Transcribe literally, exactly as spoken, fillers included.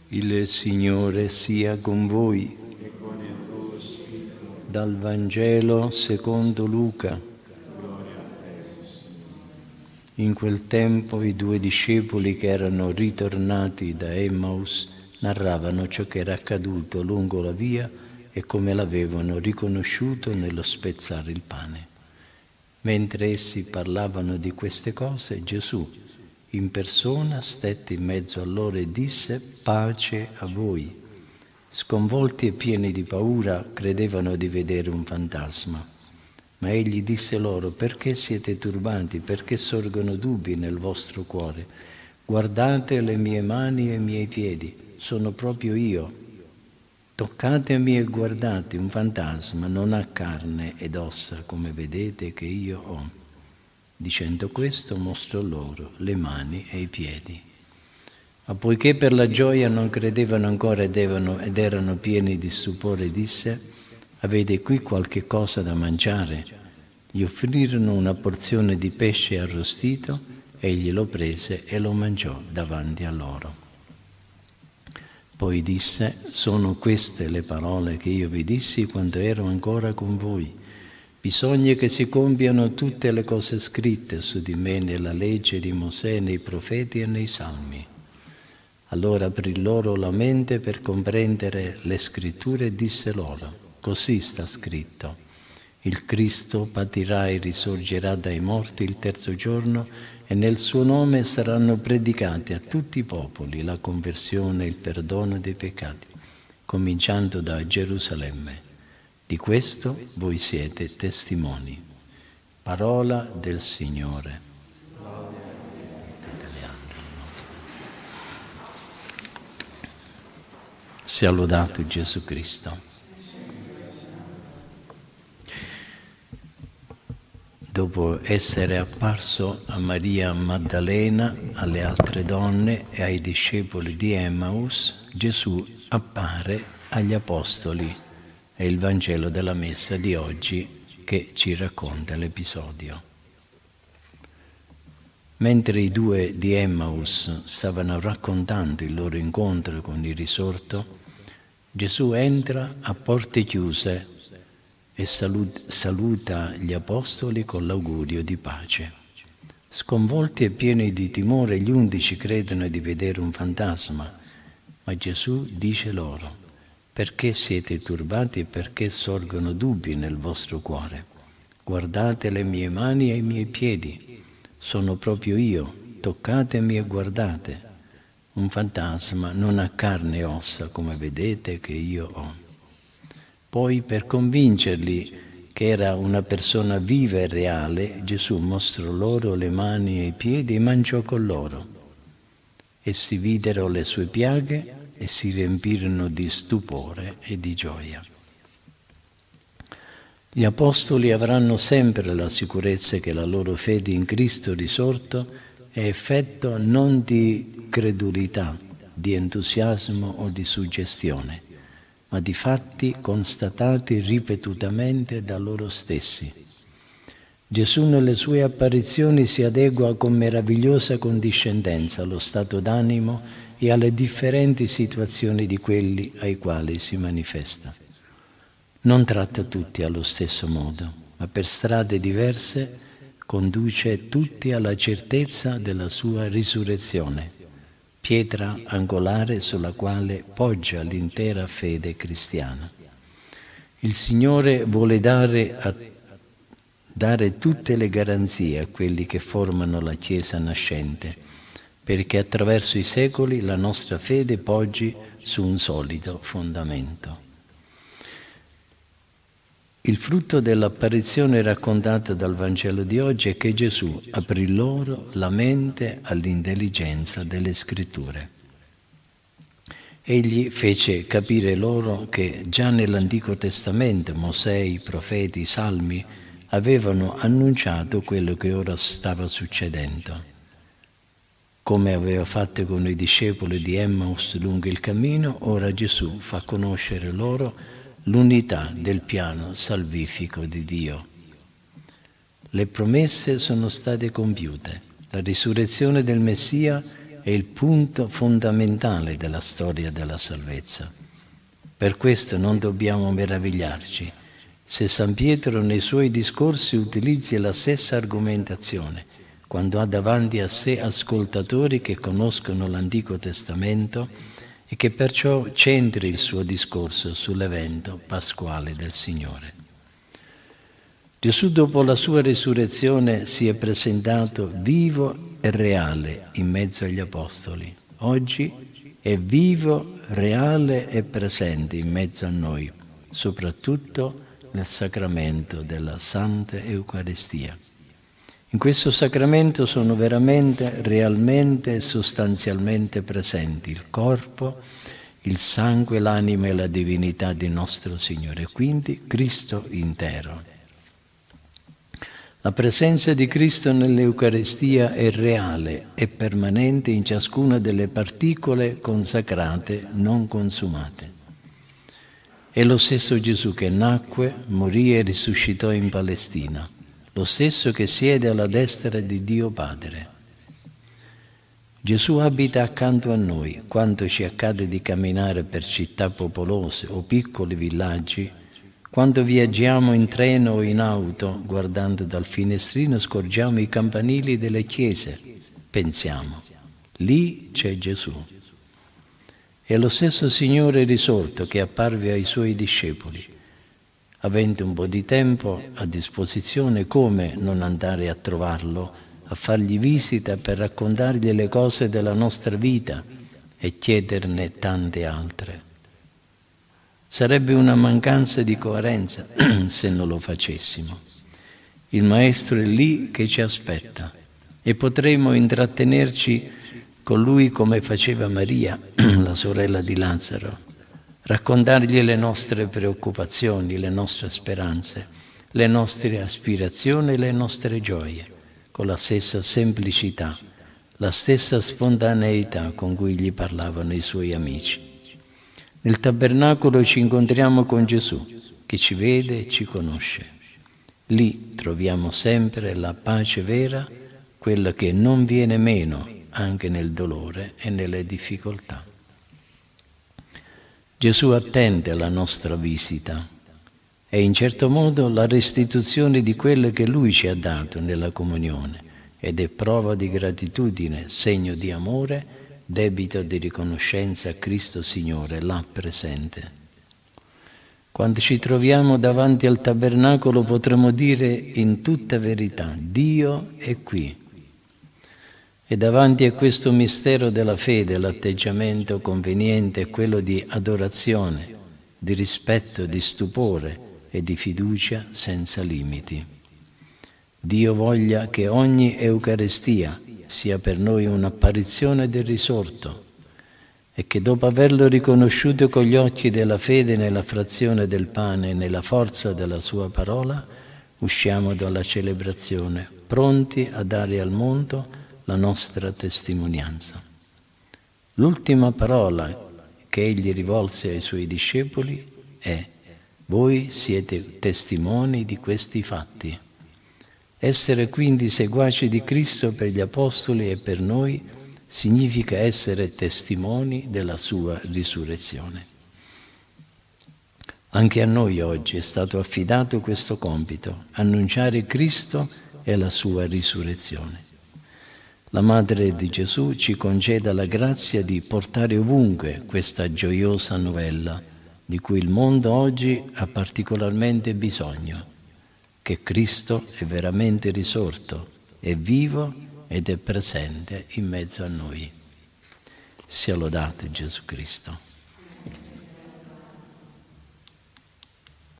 Il Signore sia con voi. E con il tuo spirito. Dal Vangelo secondo Luca. Gloria a te, Signore. In quel tempo i due discepoli che erano ritornati da Emmaus narravano ciò che era accaduto lungo la via e come l'avevano riconosciuto nello spezzare il pane. Mentre essi parlavano di queste cose, Gesù in persona stette in mezzo a loro e disse: pace a voi. Sconvolti e pieni di paura credevano di vedere un fantasma. Ma egli disse loro: perché siete turbati? Perché sorgono dubbi nel vostro cuore? Guardate le mie mani e i miei piedi, sono proprio io. Toccatemi e guardate, un fantasma non ha carne ed ossa come vedete che io ho. Dicendo questo mostrò loro le mani e i piedi. Ma poiché per la gioia non credevano ancora ed erano, ed erano pieni di stupore, disse: avete qui qualche cosa da mangiare? Gli offrirono una porzione di pesce arrostito, egli lo prese e lo mangiò davanti a loro. Poi disse: sono queste le parole che io vi dissi quando ero ancora con voi. Bisogna che si compiano tutte le cose scritte su di me nella legge di Mosè, nei profeti e nei salmi. Allora aprì loro la mente per comprendere le scritture e disse loro: così sta scritto, il Cristo patirà e risorgerà dai morti il terzo giorno e nel suo nome saranno predicati a tutti i popoli la conversione e il perdono dei peccati, cominciando da Gerusalemme. Di questo voi siete testimoni. Parola del Signore. Sia lodato Gesù Cristo. Dopo essere apparso a Maria Maddalena, alle altre donne e ai discepoli di Emmaus, Gesù appare agli apostoli. È il Vangelo della Messa di oggi che ci racconta l'episodio. Mentre i due di Emmaus stavano raccontando il loro incontro con il risorto, Gesù entra a porte chiuse e saluta gli apostoli con l'augurio di pace. Sconvolti e pieni di timore, gli undici credono di vedere un fantasma, ma Gesù dice loro: perché siete turbati e perché sorgono dubbi nel vostro cuore? Guardate le mie mani e i miei piedi, sono proprio io, toccatemi e guardate. Un fantasma non ha carne e ossa come vedete che io ho. Poi, per convincerli che era una persona viva e reale, Gesù mostrò loro le mani e i piedi e mangiò con loro. Essi videro le sue piaghe e si riempirono di stupore e di gioia. Gli apostoli avranno sempre la sicurezza che la loro fede in Cristo risorto è effetto non di credulità, di entusiasmo o di suggestione, ma di fatti constatati ripetutamente da loro stessi. Gesù nelle sue apparizioni si adegua con meravigliosa condiscendenza allo stato d'animo e alle differenti situazioni di quelli ai quali si manifesta. Non tratta tutti allo stesso modo, ma per strade diverse conduce tutti alla certezza della sua risurrezione, pietra angolare sulla quale poggia l'intera fede cristiana. Il Signore vuole dare, a, dare tutte le garanzie a quelli che formano la Chiesa nascente, perché attraverso i secoli la nostra fede poggi su un solido fondamento. Il frutto dell'apparizione raccontata dal Vangelo di oggi è che Gesù aprì loro la mente all'intelligenza delle Scritture. Egli fece capire loro che già nell'Antico Testamento Mosè, i profeti, i Salmi avevano annunciato quello che ora stava succedendo. Come aveva fatto con i discepoli di Emmaus lungo il cammino, ora Gesù fa conoscere loro l'unità del piano salvifico di Dio. Le promesse sono state compiute. La risurrezione del Messia è il punto fondamentale della storia della salvezza. Per questo non dobbiamo meravigliarci se San Pietro nei suoi discorsi utilizzi la stessa argomentazione, quando ha davanti a sé ascoltatori che conoscono l'Antico Testamento e che perciò centri il suo discorso sull'evento pasquale del Signore. Gesù dopo la sua risurrezione si è presentato vivo e reale in mezzo agli Apostoli. Oggi è vivo, reale e presente in mezzo a noi, soprattutto nel sacramento della Santa Eucaristia. In questo sacramento sono veramente, realmente e sostanzialmente presenti il corpo, il sangue, l'anima e la divinità di nostro Signore, quindi Cristo intero. La presenza di Cristo nell'Eucaristia è reale e permanente in ciascuna delle particole consacrate non consumate. È lo stesso Gesù che nacque, morì e risuscitò in Palestina, lo stesso che siede alla destra di Dio Padre. Gesù abita accanto a noi, quando ci accade di camminare per città popolose o piccoli villaggi, quando viaggiamo in treno o in auto, guardando dal finestrino scorgiamo i campanili delle chiese, pensiamo, lì c'è Gesù. È lo stesso Signore risorto che apparve ai Suoi discepoli. Avendo un po' di tempo a disposizione, come non andare a trovarlo, a fargli visita per raccontargli le cose della nostra vita e chiederne tante altre. Sarebbe una mancanza di coerenza se non lo facessimo. Il Maestro è lì che ci aspetta e potremo intrattenerci con Lui come faceva Maria, la sorella di Lazzaro, raccontargli le nostre preoccupazioni, le nostre speranze, le nostre aspirazioni e le nostre gioie, con la stessa semplicità, la stessa spontaneità con cui gli parlavano i Suoi amici. Nel tabernacolo ci incontriamo con Gesù, che ci vede e ci conosce. Lì troviamo sempre la pace vera, quella che non viene meno anche nel dolore e nelle difficoltà. Gesù attende la nostra visita e in certo modo la restituzione di quello che Lui ci ha dato nella comunione ed è prova di gratitudine, segno di amore, debito di riconoscenza a Cristo Signore, là presente. Quando ci troviamo davanti al tabernacolo potremo dire in tutta verità, Dio è qui. E davanti a questo mistero della fede l'atteggiamento conveniente è quello di adorazione, di rispetto, di stupore e di fiducia senza limiti. Dio voglia che ogni Eucaristia sia per noi un'apparizione del risorto e che dopo averlo riconosciuto con gli occhi della fede nella frazione del pane e nella forza della sua parola, usciamo dalla celebrazione pronti a dare al mondo la nostra testimonianza. L'ultima parola che egli rivolse ai suoi discepoli è: voi siete testimoni di questi fatti. Essere quindi seguaci di Cristo per gli Apostoli e per noi significa essere testimoni della sua risurrezione. Anche a noi oggi è stato affidato questo compito, annunciare Cristo e la sua risurrezione. La Madre di Gesù ci conceda la grazia di portare ovunque questa gioiosa novella di cui il mondo oggi ha particolarmente bisogno, che Cristo è veramente risorto, è vivo ed è presente in mezzo a noi. Sia lodato Gesù Cristo.